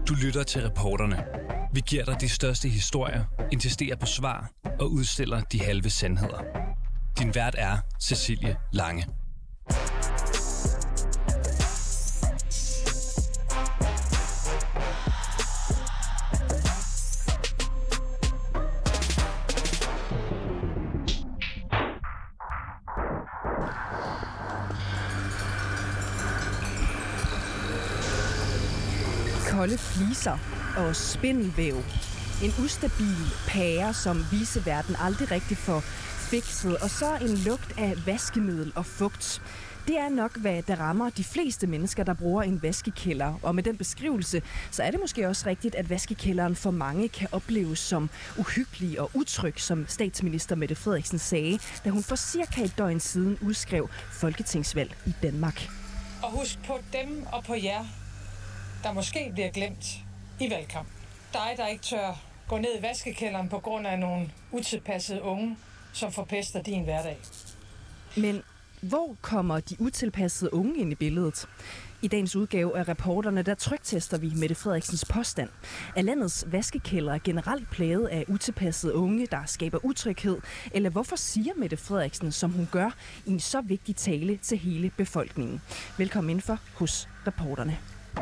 Du lytter til Reporterne. Vi giver dig de største historier, insisterer på svar og udstiller de halve sandheder. Din vært er Cecilie Lange. Kolde fliser og spindelvæv. En ustabil pære, som viceverden aldrig rigtig får fikset. Og så en lugt af vaskemiddel og fugt. Det er nok, hvad der rammer de fleste mennesker, der bruger en vaskekælder. Og med den beskrivelse, så er det måske også rigtigt, at vaskekælderen for mange kan opleves som uhyggelig og utryg, som statsminister Mette Frederiksen sagde, da hun for cirka et døgn siden udskrev folketingsvalg i Danmark. Og husk på dem og på jer, der måske bliver glemt i valgkamp. Dig, der ikke tør gå ned i vaskekælderen på grund af nogle utilpassede unge, som forpester din hverdag. Men hvor kommer de utilpassede unge ind i billedet? I dagens udgave af Reporterne, der tryktester vi Mette Frederiksens påstand. Er landets vaskekælder generelt plaget af utilpassede unge, der skaber utryghed? Eller hvorfor siger Mette Frederiksen, som hun gør, i en så vigtig tale til hele befolkningen? Velkommen indenfor hos Reporterne.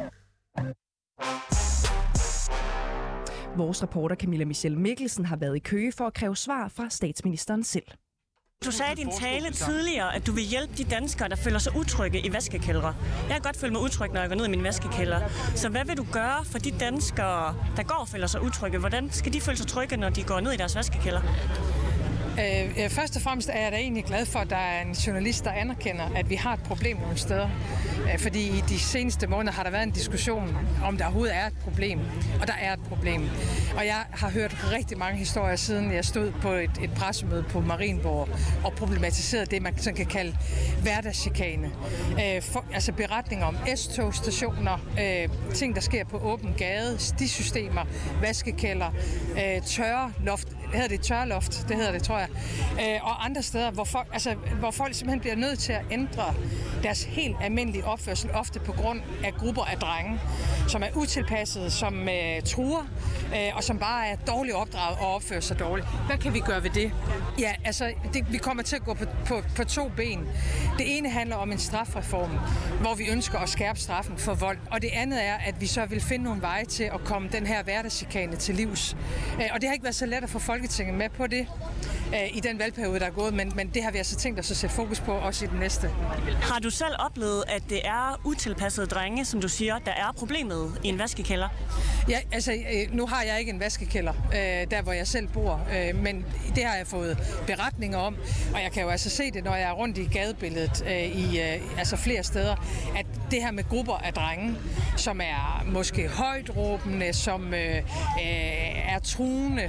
Vores reporter Camilla Michelle Mikkelsen har været i Køge for at kræve svar fra statsministeren selv. Du sagde i din tale tidligere, at du vil hjælpe de danskere, der føler sig utrygge i vaskekældre. Jeg kan godt føle mig utryg, når jeg går ned i min vaskekælder. Så hvad vil du gøre for de danskere, der går og føler sig utrygge? Hvordan skal de føle sig trygge, når de går ned i deres vaskekælder? Først og fremmest er jeg da egentlig glad for, at der er en journalist, der anerkender, at vi har et problem nogle steder. Fordi i de seneste måneder har der været en diskussion, om der overhovedet er et problem. Og der er et problem. Og jeg har hørt rigtig mange historier, siden jeg stod på et pressemøde på Marienborg og problematiserede det, man sådan kan kalde hverdagschikane. Altså beretninger om S-togstationer, ting, der sker på åben gade, stisystemer, vaskekælder, tørreloft. Hedder det tørreloft? Det hedder det, tror jeg. Og andre steder, hvor folk simpelthen bliver nødt til at ændre deres helt almindelige opførsel, ofte på grund af grupper af drenge, som er utilpassede, som truer, og som bare er dårligt opdraget og opfører sig dårligt. Hvad kan vi gøre ved det? Ja, altså, vi kommer til at gå på to ben. Det ene handler om en strafreform, hvor vi ønsker at skærpe straffen for vold. Og det andet er, at vi så vil finde nogle veje til at komme den her hverdagschikane til livs. Og det har ikke været så let at få Folketinget med på det i den valgperiode, der er gået, men det har vi altså tænkt os at sætte fokus på også i den næste. Har du selv oplevet, at det er utilpassede drenge, som du siger, der er problemet i en vaskekælder? Ja, altså nu har jeg ikke en vaskekælder, der hvor jeg selv bor, men det har jeg fået beretninger om, og jeg kan jo altså se det, når jeg er rundt i gadebilledet altså flere steder, at det her med grupper af drenge, som er måske højtråbende, som er truende,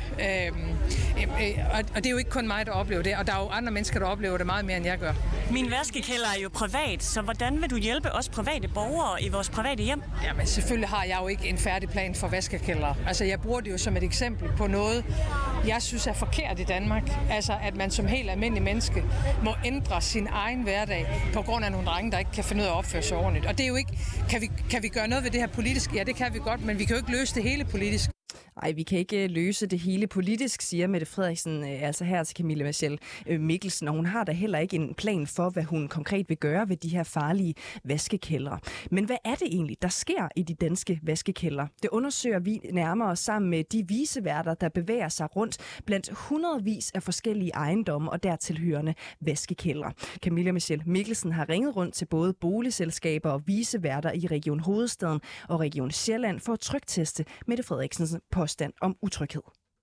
og det er jo ikke kun mig, der oplever det, og der er jo andre mennesker, der oplever det meget mere, end jeg gør. Min vaskekælder er jo privat, så hvordan vil du hjælpe os private borgere i vores private hjem? Jamen selvfølgelig har jeg jo ikke en færdig plan for vaskekælder. Altså jeg bruger det jo som et eksempel på noget, jeg synes er forkert i Danmark. Altså at man som helt almindelig menneske må ændre sin egen hverdag på grund af nogle drenge, der ikke kan finde ud af at opføre sig ordentligt. Og det er jo ikke, kan vi gøre noget ved det her politisk? Ja, det kan vi godt, men vi kan jo ikke løse det hele politisk. Nej, vi kan ikke løse det hele politisk, siger Mette Frederiksen, altså her til Camilla Michelle Mikkelsen, og hun har da heller ikke en plan for, hvad hun konkret vil gøre ved de her farlige vaskekældre. Men hvad er det egentlig, der sker i de danske vaskekældre? Det undersøger vi nærmere sammen med de viceværter, der bevæger sig rundt blandt hundredvis af forskellige ejendomme og dertilhørende vaskekældre. Camilla Michelle Mikkelsen har ringet rundt til både boligselskaber og viceværter i Region Hovedstaden og Region Sjælland for at trykteste Mette Frederiksens påstand om utryghed.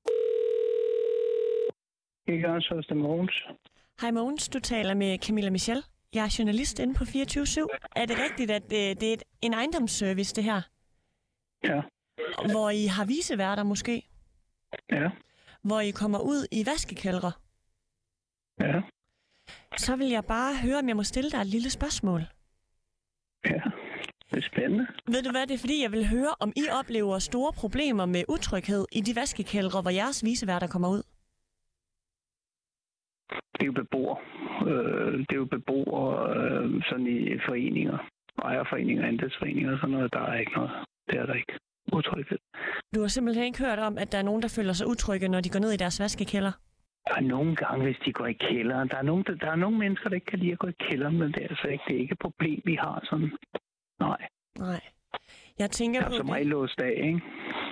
Hej Mogens, du taler med Camilla Michelle. Jeg er journalist inde på 24/7. Er det rigtigt, at det er en ejendomsservice, det her? Ja. Hvor I har viceværter måske? Ja. Hvor I kommer ud i vaskekældre? Ja. Så vil jeg bare høre, om jeg må stille dig et lille spørgsmål. Ja. Det er spændende. Ved du hvad, det er fordi, jeg vil høre, om I oplever store problemer med utryghed i de vaskekældre, hvor jeres viceværter kommer ud? Det er jo beboere. Det er jo beboere sådan i foreninger, ejerforeninger, andelsforeninger og sådan noget. Der er ikke noget. Det er der ikke. utryghed. Du har simpelthen ikke hørt om, at der er nogen, der føler sig utrygge, når de går ned i deres vaskekælder? Der er nogle gange, hvis de går i kælderen. Der er nogle mennesker, der ikke kan lide at gå i kælderen, men det er altså ikke, det er ikke et problem, vi har sådan. Nej. Jeg tænker på det. Der er som regel låst af, ikke?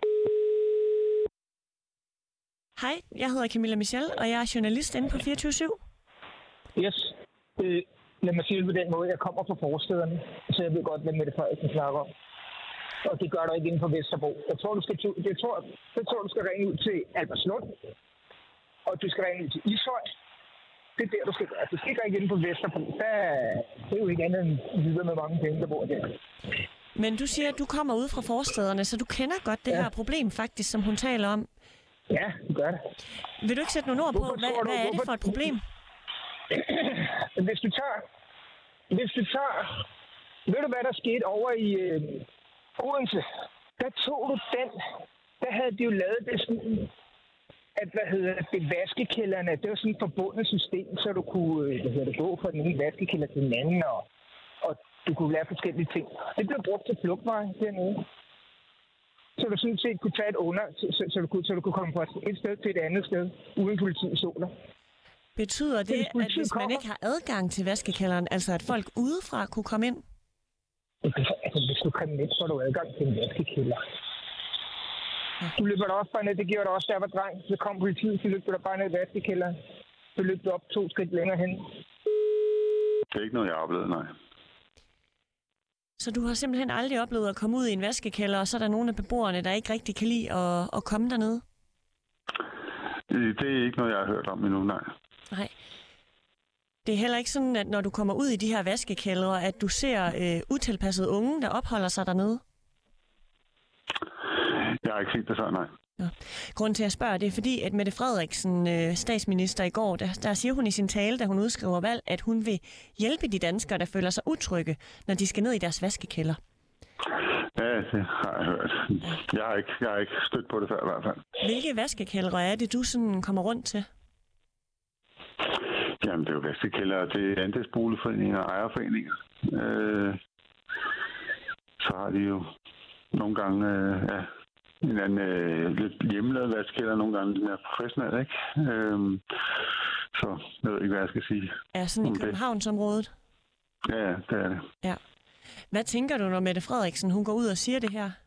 Hej, jeg hedder Camilla Michelle, og jeg er journalist inde på 24/7. Yes. Lad mig sige det på den måde. Jeg kommer fra forstederne, så jeg ved godt, hvad Mette Frederiksen snakker om. Og det gør du ikke inden for Vesterbro. Jeg tror, du skal ringe ud til Albertslund, og du skal ringe ud til Ishøj. Det er der, du skal gøre. Du skal ikke ringe inden på Vesterbro. Det er jo ikke andet end videre med mange penge, der bor der. Men du siger, at du kommer ud fra forstederne, så du kender godt det her problem faktisk, som hun taler om. Ja, det gør det. Vil du ikke sætte nogle ord på, hvad er det for et problem? Hvis du tager... Ved du, hvad der skete over i Odense? Der tog du den. Der havde de jo lavet det sådan, at det vaskekælderne, det var sådan et forbundet system, så du kunne gå fra den ene vaskekælder til den anden, og du kunne lære forskellige ting. Det blev brugt til flugtvej dernede. Så du sådan set kunne tage et under, så du kunne komme fra et sted til et andet sted, uden politiet så dig. Betyder det, at hvis man ikke har adgang til vaskekælderen, altså at folk udefra kunne komme ind? Altså, hvis du kommer ind, så har du adgang til en vaskekælder. Du løber der også bare ned, det giver dig også, der var dreng. Så kom politiet, så løber du bare ned i vaskekælderen. Så løber du op 2 skridt længere hen. Det er ikke noget, jeg har oplevet, nej. Så du har simpelthen aldrig oplevet at komme ud i en vaskekælder, og så er der nogle af beboerne, der ikke rigtig kan lide at komme dernede? Det er ikke noget, jeg har hørt om endnu, nej. Nej. Det er heller ikke sådan, at når du kommer ud i de her vaskekældre, at du ser utilpassede unge, der opholder sig dernede? Jeg har ikke set det så, nej. Ja. Grunden til, at jeg spørger, det er fordi, at Mette Frederiksen, statsminister i går, der siger hun i sin tale, da hun udskriver valg, at hun vil hjælpe de danskere, der føler sig utrygge, når de skal ned i deres vaskekælder. Ja, det har jeg hørt. Jeg har ikke stødt på det før i hvert fald. Hvilke vaskekældre er det, du sådan kommer rundt til? Jamen, det er jo vaskekælder til andelsboligforeninger og ejerforeninger. Så har de jo nogle gange en anden lidt hjemmelavet vaskekælder, nogle gange lidt mere professionelt, ikke? Så jeg ved ikke, hvad jeg skal sige. Er sådan i Københavnsområdet? Ja, det er det. Ja. Hvad tænker du, når Mette Frederiksen hun går ud og siger det her?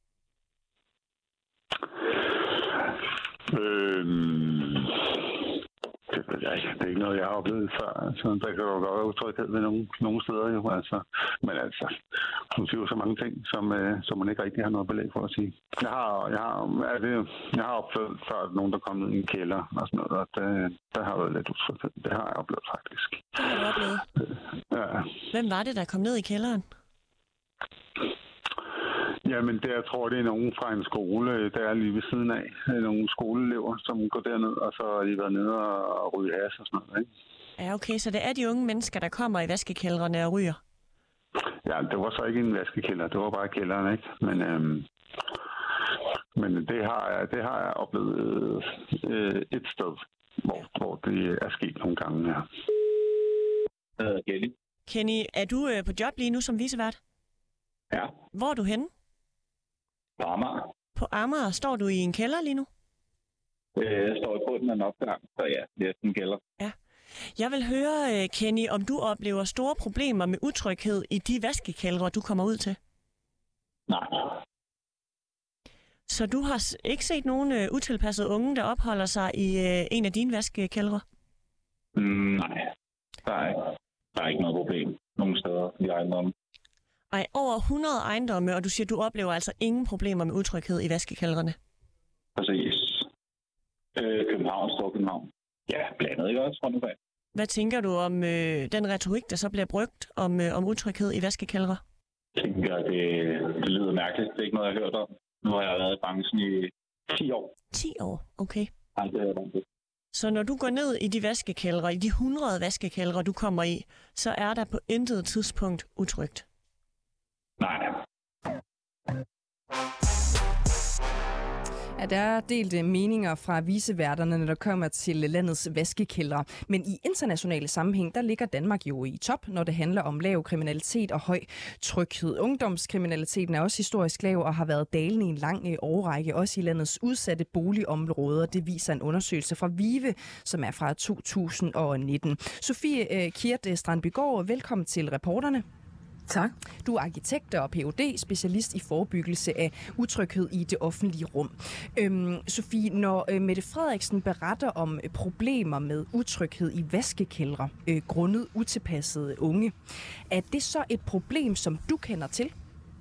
Det ved jeg ikke. Det er ikke noget, jeg har oplevet før. Så der kan jo godt være utryghed ved nogle steder. Jo, altså. Men altså, hun siger jo så mange ting, som man ikke rigtig har noget belæg for at sige. Jeg har oplevet før, at nogen, der kom ned i en kælder og sådan noget. Og der har været lidt utryghed. Det har jeg oplevet faktisk. Det har du oplevet? Ja. Hvem var det, der kom ned i kælderen? Jamen, jeg tror, det er nogen fra en skole, der er lige ved siden af. Nogle skoleelever, som går derned, og så har de været nede og ryge has og sådan noget, ikke? Ja, okay, så det er de unge mennesker, der kommer i vaskekældrene og ryger? Ja, det var så ikke en vaskekælder, det var bare kælderen, ikke? Men det har jeg oplevet et sted, hvor det er sket nogle gange her. Kenny, er du på job lige nu som vicevært? Ja. Hvor er du henne? På Amager. På Amager. Står du i en kælder lige nu? Jeg står i bunden af en opgang, så ja, det er en kælder. Ja. Jeg vil høre, Kenny, om du oplever store problemer med utryghed i de vaskekældre, du kommer ud til? Nej. Så du har ikke set nogen utilpassede unge, der opholder sig i en af dine vaskekældre? Nej. Der er ikke noget problem nogen steder i ejendommen. Ej, over 100 ejendomme, og du siger, du oplever altså ingen problemer med utryghed i vaskekældrene? Præcis. København, Storkøbenhavn. Ja, blandet ikke også fra nu af. Hvad tænker du om den retorik, der så bliver brugt om utryghed i vaskekældre? Jeg tænker, det lyder mærkeligt. Det er ikke noget, jeg har hørt om. Nu har jeg været i branchen i 10 år. 10 år? Okay. Aldrig hørt om det. Så når du går ned i de vaskekældre, i de 100 vaskekældre, du kommer i, så er der på intet tidspunkt utrygt? Nej. Ja, der er delte meninger fra viceværterne, når der kommer til landets vaskekældre. Men i internationale sammenhæng, der ligger Danmark jo i top, når det handler om lav kriminalitet og høj tryghed. Ungdomskriminaliteten er også historisk lav og har været dalende i en lang årrække, også i landets udsatte boligområder. Det viser en undersøgelse fra VIVE, som er fra 2019. Sofie Kiert Strandbygaard, velkommen til Reporterne. Tak. Du er arkitekt og Ph.D., specialist i forebyggelse af utryghed i det offentlige rum. Sofie, når Mette Frederiksen beretter om problemer med utryghed i vaskekældre grundet utilpassede unge, er det så et problem, som du kender til?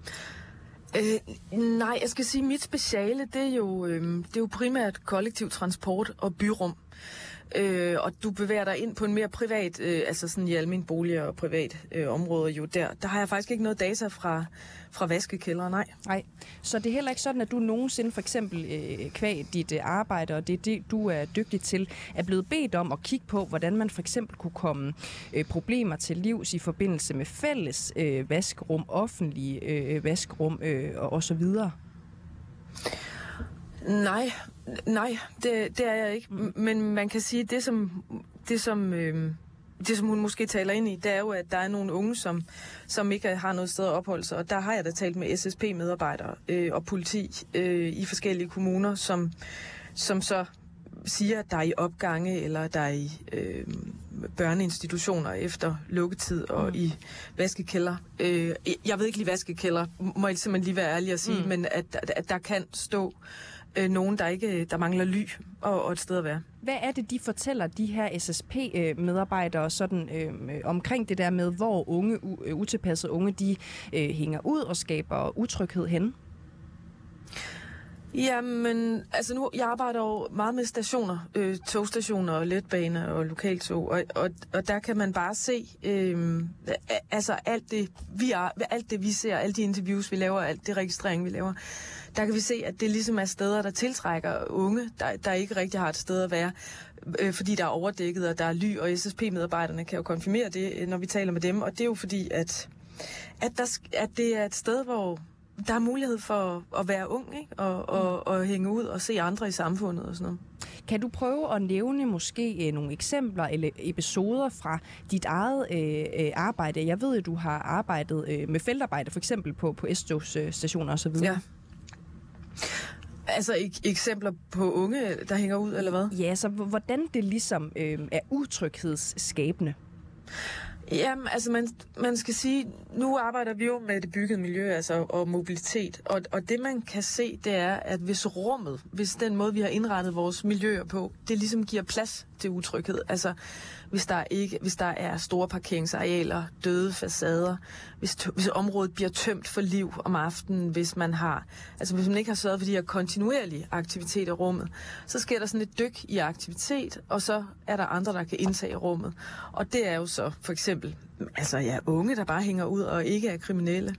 Nej, jeg skal sige, at mit speciale, det er jo primært kollektiv transport og byrum. Og du bevæger dig ind på en mere privat, altså sådan i almen bolig og privat områder jo der har jeg faktisk ikke noget data fra vaskekældre, nej. Nej, så det er heller ikke sådan, at du nogensinde for eksempel kvæg dit arbejde, og det er det, du er dygtig til, er blevet bedt om at kigge på, hvordan man for eksempel kunne komme problemer til livs i forbindelse med fælles vaskerum, offentlige vaskerum og så videre. Nej, det er jeg ikke. Men man kan sige, det som hun måske taler ind i, det er jo, at der er nogle unge, som ikke har noget sted at opholde sig. Og der har jeg da talt med SSP-medarbejdere og politi i forskellige kommuner, som så siger, at der er i opgange, eller der er i børneinstitutioner efter lukketid og i vaskekælder. Jeg ved ikke lige vaskekælder, må jeg simpelthen lige være ærlig at sige, men at der kan stå nogen, der mangler ly og et sted at være. Hvad er det, de fortæller, de her SSP-medarbejdere, sådan omkring det der med, hvor utilpassede unge, de hænger ud og skaber utryghed henne? Jamen, altså nu, jeg arbejder jo meget med stationer, togstationer og letbaner og lokaltog, og der kan man bare se, altså alt det vi ser, alle de interviews vi laver, alt det registrering vi laver, der kan vi se, at det ligesom er steder, der tiltrækker unge, der ikke rigtig har et sted at være, fordi der er overdækket, og der er ly, og SSP-medarbejderne kan jo konfirmere det, når vi taler med dem, og det er jo fordi, at det er et sted, hvor der er mulighed for at være ung, ikke? Og hænge ud og se andre i samfundet og sådan noget. Kan du prøve at nævne måske nogle eksempler eller episoder fra dit eget arbejde? Jeg ved, at du har arbejdet med feltarbejde, for eksempel på S-togsstationer og så videre. Ja. Altså eksempler på unge, der hænger ud, eller hvad? Ja, så hvordan det ligesom er utryghedsskabende? Jamen, altså man skal sige, nu arbejder vi jo med det byggede miljø, altså og mobilitet, og det man kan se, det er, at hvis den måde, vi har indrettet vores miljøer på, det ligesom giver plads til utryghed, altså hvis der er store parkeringsarealer, døde facader, hvis området bliver tømt for liv om aftenen, hvis man ikke har sørget for de her kontinuerlige aktiviteter i rummet, så sker der sådan et dyk i aktivitet, og så er der andre, der kan indtage rummet. Og det er jo så for eksempel unge, der bare hænger ud og ikke er kriminelle.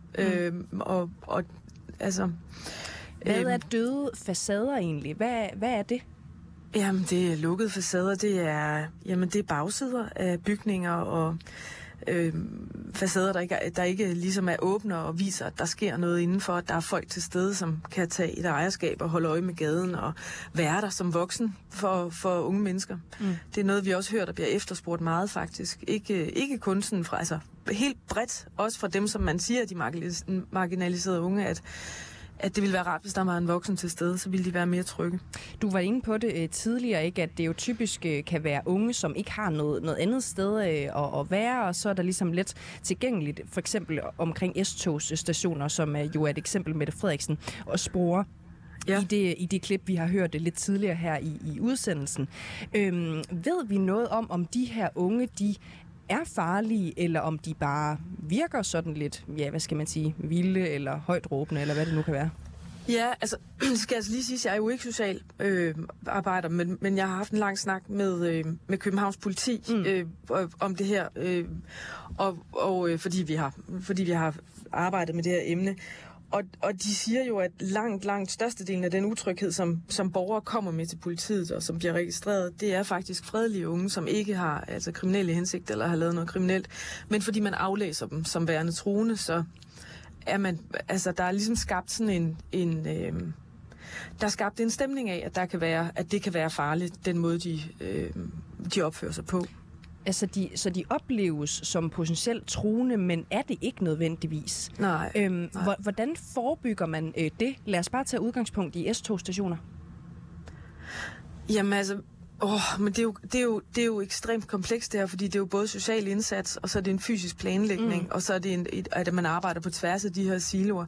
Hvad er døde facader egentlig? Hvad er det? Jamen, det er lukkede facader, det er bagsider af bygninger og facader, der ikke ligesom er åbne og viser, at der sker noget indenfor, at der er folk til stede, som kan tage et ejerskab og holde øje med gaden og være der som voksen for unge mennesker. Det er noget, vi også hører, der bliver efterspurgt meget faktisk. Ikke kun sådan fra, altså helt bredt, også fra dem, som man siger, de marginaliserede unge, at det ville være rart, hvis der var en voksen til stede, så ville de være mere trygge. Du var inde på det tidligere, ikke, at det jo typisk kan være unge, som ikke har noget andet sted at være, og så er der ligesom let tilgængeligt, for eksempel omkring S-togsstationer, som jo er et eksempel Mette Frederiksen og sporer. Ja. I det klip, vi har hørt lidt tidligere her i udsendelsen. Ved vi noget om de her unge, de er farlige, eller om de bare virker sådan lidt, ja, hvad skal man sige, vilde eller højt råbende, eller hvad det nu kan være? Ja, altså, skal jeg lige sige, at jeg er jo ikke social arbejder, men jeg har haft en lang snak med Københavns politi om det her, fordi vi har arbejdet med det her emne. Og de siger jo, at langt størstedelen af den utryghed, som borgere kommer med til politiet, og som bliver registreret, det er faktisk fredelige unge, som ikke har kriminelle hensigter eller har lavet noget kriminelt. Men fordi man aflæser dem som værende truende, så er man, der er ligesom skabt sådan der skabte en stemning af, at det kan være farligt, den måde, de opfører sig på. Altså, så de opleves som potentielt truende, men er det ikke nødvendigvis? Nej. Hvordan forebygger man det? Lad os bare tage udgangspunkt i S-togstationer. Jamen altså, men det er jo ekstremt komplekst det her, fordi det er jo både social indsats, og så er det en fysisk planlægning, og så er det at man arbejder på tværs af de her siloer.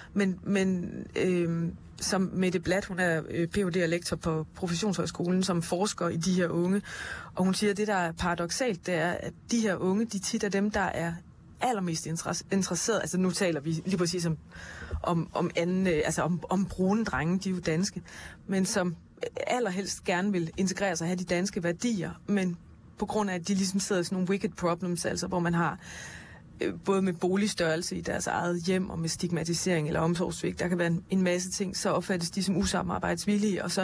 Men som Mette Blatt, hun er Ph.D. og lektor på Professionshøjskolen, som forsker i de her unge, og hun siger, at det, der er paradoksalt, det er, at de her unge, de tit er dem, der er allermest interesseret. Altså nu taler vi lige præcis om brune drenge, de er jo danske, men som allerhelst gerne vil integrere sig og have de danske værdier, men på grund af, at de ligesom sidder i sådan nogle wicked problems, altså hvor man har både med boligstørrelse i deres eget hjem og med stigmatisering eller omsorgssvigt, der kan være en masse ting, så opfattes de som usamarbejdsvillige, og så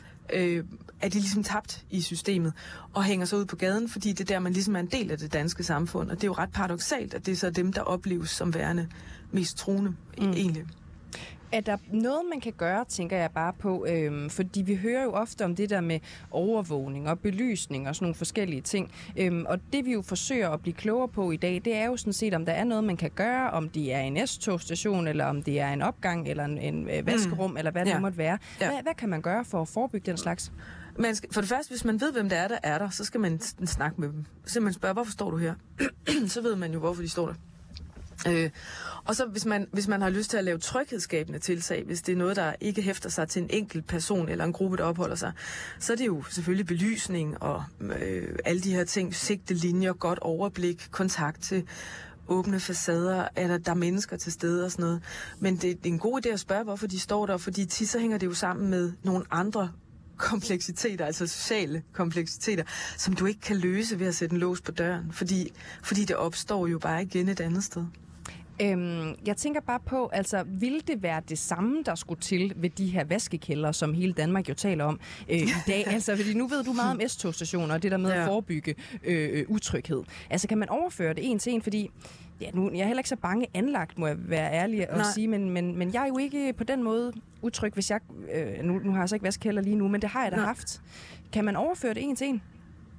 er de ligesom tabt i systemet og hænger sig ud på gaden, fordi det er der, man ligesom er en del af det danske samfund, og det er jo ret paradoksalt, at det er så dem, der opleves som værende mest truende egentlig. Er der noget, man kan gøre, tænker jeg bare på, fordi vi hører jo ofte om det der med overvågning og belysning og sådan nogle forskellige ting, og det vi jo forsøger at blive klogere på i dag, det er jo sådan set, om der er noget, man kan gøre, om det er en S-togstation, eller om det er en opgang, eller en vaskerum, eller hvad det måtte være. Ja. Hvad kan man gøre for at forebygge den slags? For det første, hvis man ved, hvem det er der, så skal man snakke med dem. Simpelthen spørge, hvorfor står du her? Så ved man jo, hvorfor de står der. Og så hvis man har lyst til at lave tryghedsskabende tiltag, hvis det er noget, der ikke hæfter sig til en enkelt person eller en gruppe, der opholder sig, så er det jo selvfølgelig belysning og alle de her ting, sigtelinjer, godt overblik, kontakt til åbne facader, eller der er mennesker til stede og sådan noget. Men det er en god idé at spørge, hvorfor de står der, fordi tit så hænger det jo sammen med nogle andre kompleksiteter, altså sociale kompleksiteter, som du ikke kan løse ved at sætte en lås på døren, fordi det opstår jo bare igen et andet sted. Jeg tænker bare på, altså, ville det være det samme, der skulle til ved de her vaskekældre, som hele Danmark jo taler om i dag? Altså, fordi nu ved du meget om S-togstationer og det der med at forebygge utryghed. Altså, kan man overføre det en til en? Fordi jeg er heller ikke så bange anlagt, må jeg være ærlig at sige, men jeg er jo ikke på den måde utryg, hvis jeg... Nu har jeg så ikke vaskekælder lige nu, men det har jeg da haft. Kan man overføre det en til en?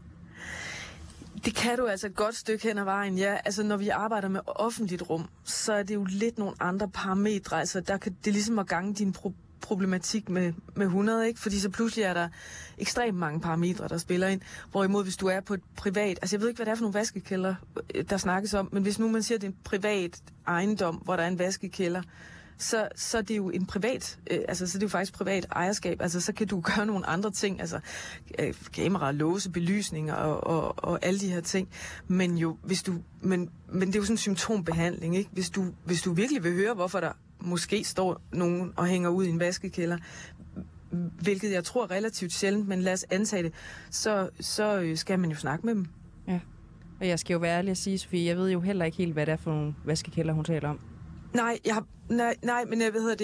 Det kan du altså et godt stykke hen ad vejen, ja. Altså, når vi arbejder med offentligt rum, så er det jo lidt nogle andre parametre. Altså, der kan det ligesom at gange din problematik med 100, ikke? Fordi så pludselig er der ekstremt mange parametre, der spiller ind. Hvorimod, hvis du er på et privat... Altså, jeg ved ikke, hvad det er for nogle vaskekælder, der snakkes om, men hvis nu man siger, at det er en privat ejendom, hvor der er en vaskekælder, så er det jo en privat, så er det jo faktisk privat ejerskab, altså så kan du gøre nogle andre ting, altså kamera, låse, belysning og alle de her ting, men jo, men det er jo sådan en symptombehandling, ikke? Hvis du virkelig vil høre, hvorfor der måske står nogen og hænger ud i en vaskekælder, hvilket jeg tror er relativt sjældent, men lad os antage det, så skal man jo snakke med dem. Ja, og jeg skal jo være ærlig at sige, Sofie, jeg ved jo heller ikke helt, hvad det er for nogle vaskekælder, hun taler om. Nej, men jeg ved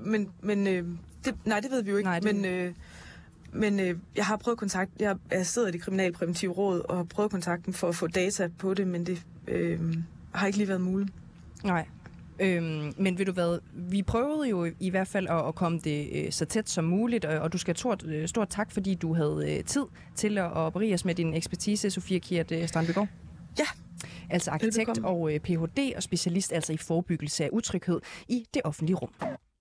det ved vi jo ikke. Nej, men jeg har prøvet kontakt. Jeg sidder i det kriminalpræventive råd og har prøvet kontakten for at få data på det, men det har ikke lige været muligt. Nej. Men ved du hvad, vi prøvede jo i hvert fald at komme det så tæt som muligt, og du skal have stort tak, fordi du havde tid til at berige os med din ekspertise, Sofie Kiert Strandbygaard. Ja. Altså arkitekt og Ph.D. og specialist altså i forebyggelse af utryghed i det offentlige rum.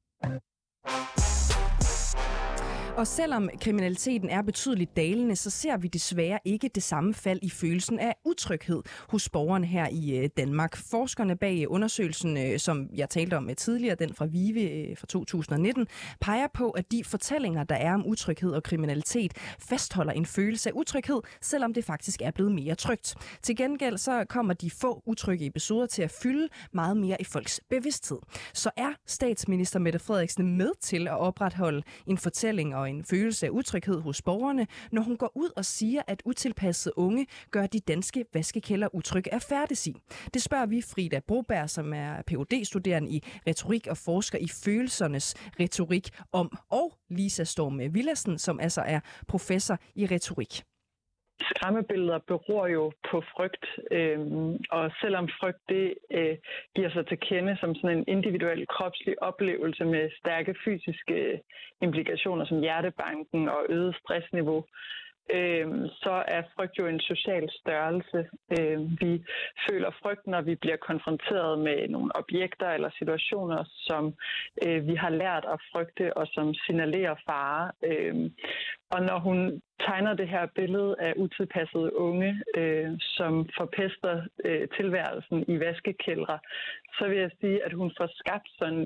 Og selvom kriminaliteten er betydeligt dalende, så ser vi desværre ikke det samme fald i følelsen af utryghed hos borgerne her i Danmark. Forskerne bag undersøgelsen, som jeg talte om tidligere, den fra VIVE fra 2019, peger på, at de fortællinger, der er om utryghed og kriminalitet, fastholder en følelse af utryghed, selvom det faktisk er blevet mere trygt. Til gengæld så kommer de få utrygge episoder til at fylde meget mere i folks bevidsthed. Så er statsminister Mette Frederiksen med til at opretholde en fortælling og en følelse af utryghed hos borgerne, når hun går ud og siger, at utilpassede unge gør de danske vaskekælder utrygge at færdes i. Det spørger vi Frida Broberg, som er Ph.D.-studerende i retorik og forsker i følelsernes retorik om, og Lisa Storm Villadsen, som altså er professor i retorik. skræmmebilleder beror jo på frygt, og selvom frygt det giver sig til kende som sådan en individuel kropslig oplevelse med stærke fysiske implikationer som hjertebanken og øget stressniveau, så er frygt jo en social størrelse. Vi føler frygt, når vi bliver konfronteret med nogle objekter eller situationer, som vi har lært at frygte og som signalerer fare. Og når hun tegner det her billede af utilpassede unge, som forpester tilværelsen i vaskekældre, så vil jeg sige, at hun får skabt sådan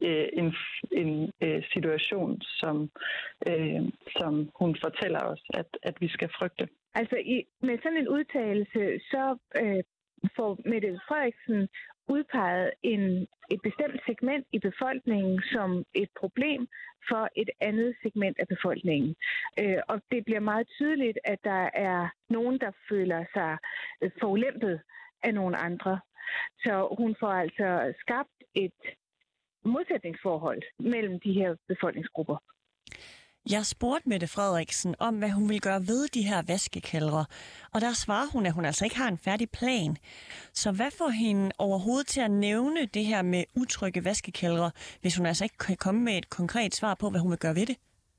en situation, som hun fortæller os, at vi skal frygte. Altså med sådan en udtalelse, så får Mette Frederiksen udpeget et bestemt segment i befolkningen som et problem for et andet segment af befolkningen. Og det bliver meget tydeligt, at der er nogen, der føler sig forulempet af nogle andre. Så hun får altså skabt et modsætningsforhold mellem de her befolkningsgrupper. Jeg spurgte Mette Frederiksen om, hvad hun vil gøre ved de her vaskekældre, og der svarer hun, at hun altså ikke har en færdig plan. Så hvad får hende overhovedet til at nævne det her med utrygge vaskekældre, hvis hun altså ikke kan komme med et konkret svar på, hvad hun vil gøre ved det?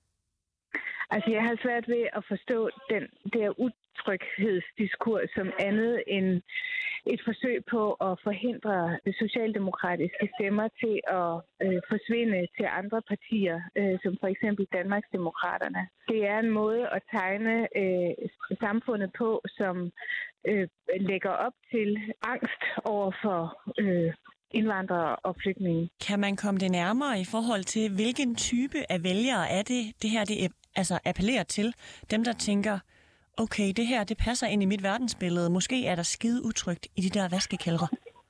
Altså, jeg har svært ved at forstå den der utryghedsdiskurs som andet end et forsøg på at forhindre socialdemokratiske stemmer til at forsvinde til andre partier, som for eksempel Danmarksdemokraterne. Det er en måde at tegne samfundet på, som lægger op til angst over for indvandrere og flygtninge. Kan man komme det nærmere i forhold til, hvilken type af vælgere er det her det altså appellerer til? Dem, der tænker, okay, det her det passer ind i mit verdensbillede. Måske er der skide utrygt i de der vaskekældre.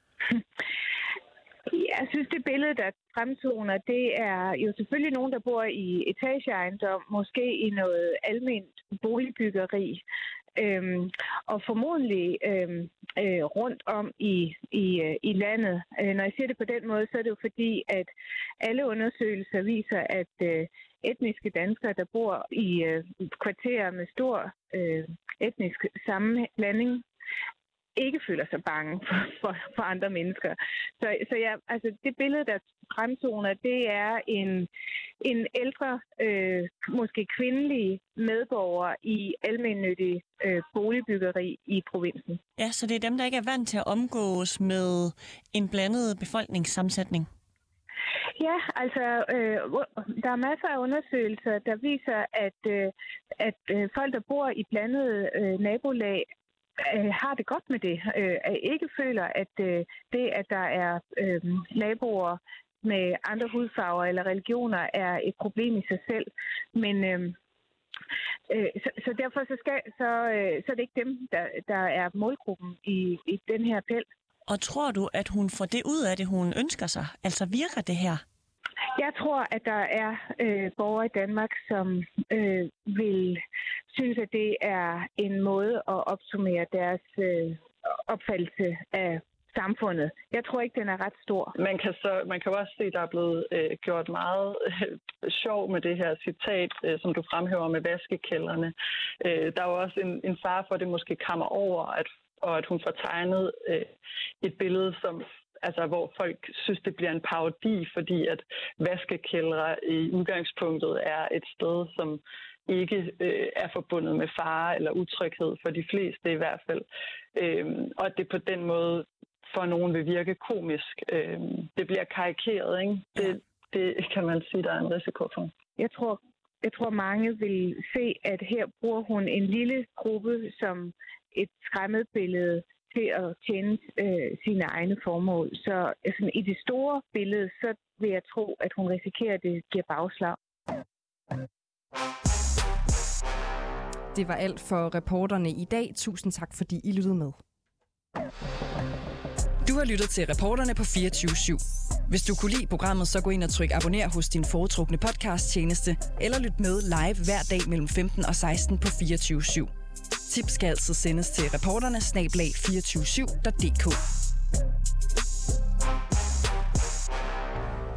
Jeg synes, det billede, der fremtoner, det er jo selvfølgelig nogen, der bor i etageejendom, måske i noget alment boligbyggeri, og formodentlig rundt om i landet. Når jeg siger det på den måde, så er det jo fordi, at alle undersøgelser viser, at etniske danskere, der bor i kvarterer med stor etnisk sammenblanding, ikke føler sig bange for andre mennesker. Så ja, altså det billede, der fremtoner, det er en ældre, måske kvindelig medborger i almennyttig boligbyggeri i provinsen. Ja, så det er dem, der ikke er vant til at omgås med en blandet befolkningssammensætning? Ja, altså der er masser af undersøgelser, der viser, at folk, der bor i blandede nabolag, har det godt med det. Ikke føler, at det, at der er naboer med andre hudfarver eller religioner, er et problem i sig selv. Men så derfor så er det ikke dem, der er målgruppen i den her appel. Og tror du, at hun får det ud af det, hun ønsker sig? Altså virker det her? Jeg tror, at der er borgere i Danmark, som vil synes, at det er en måde at opsummere deres opfattelse af samfundet. Jeg tror ikke, den er ret stor. Man kan også se, at der er blevet gjort meget sjov med det her citat, som du fremhæver med vaskekældrene. Der er jo også en fare for, at det måske kammer over, og at hun får tegnet et billede, hvor folk synes, det bliver en parodi, fordi at vaskekældre i udgangspunktet er et sted, som ikke er forbundet med fare eller utryghed, for de fleste i hvert fald. Og at det på den måde for nogen vil virke komisk. Det bliver karikeret, ikke? Det kan man sige, der er en risiko for. Jeg tror mange vil se, at her bruger hun en lille gruppe som et skræmmebillede til at tjene sine egne formål. Så altså, i det store billede, så vil jeg tro, at hun risikerer, at det giver bagslag. Det var alt for reporterne i dag. Tusind tak, fordi I lyttede med. Du har lyttet til Reporterne på 24/7. Hvis du kunne lide programmet, så gå ind og tryk abonner hos din foretrukne podcasttjeneste, eller lyt med live hver dag mellem 15 og 16 på 24/7. Tips skal altid sendes til reporterne @247.dk.